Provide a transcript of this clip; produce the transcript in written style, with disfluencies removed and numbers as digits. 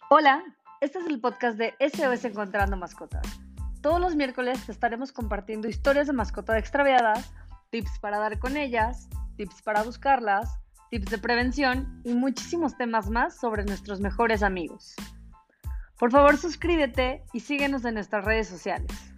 Hola, este es el podcast de SOS Encontrando Mascotas. Todos los miércoles te estaremos compartiendo historias de mascotas extraviadas, tips para dar con ellas, tips para buscarlas, tips de prevención y muchísimos temas más sobre nuestros mejores amigos. Por favor, suscríbete y síguenos en nuestras redes sociales.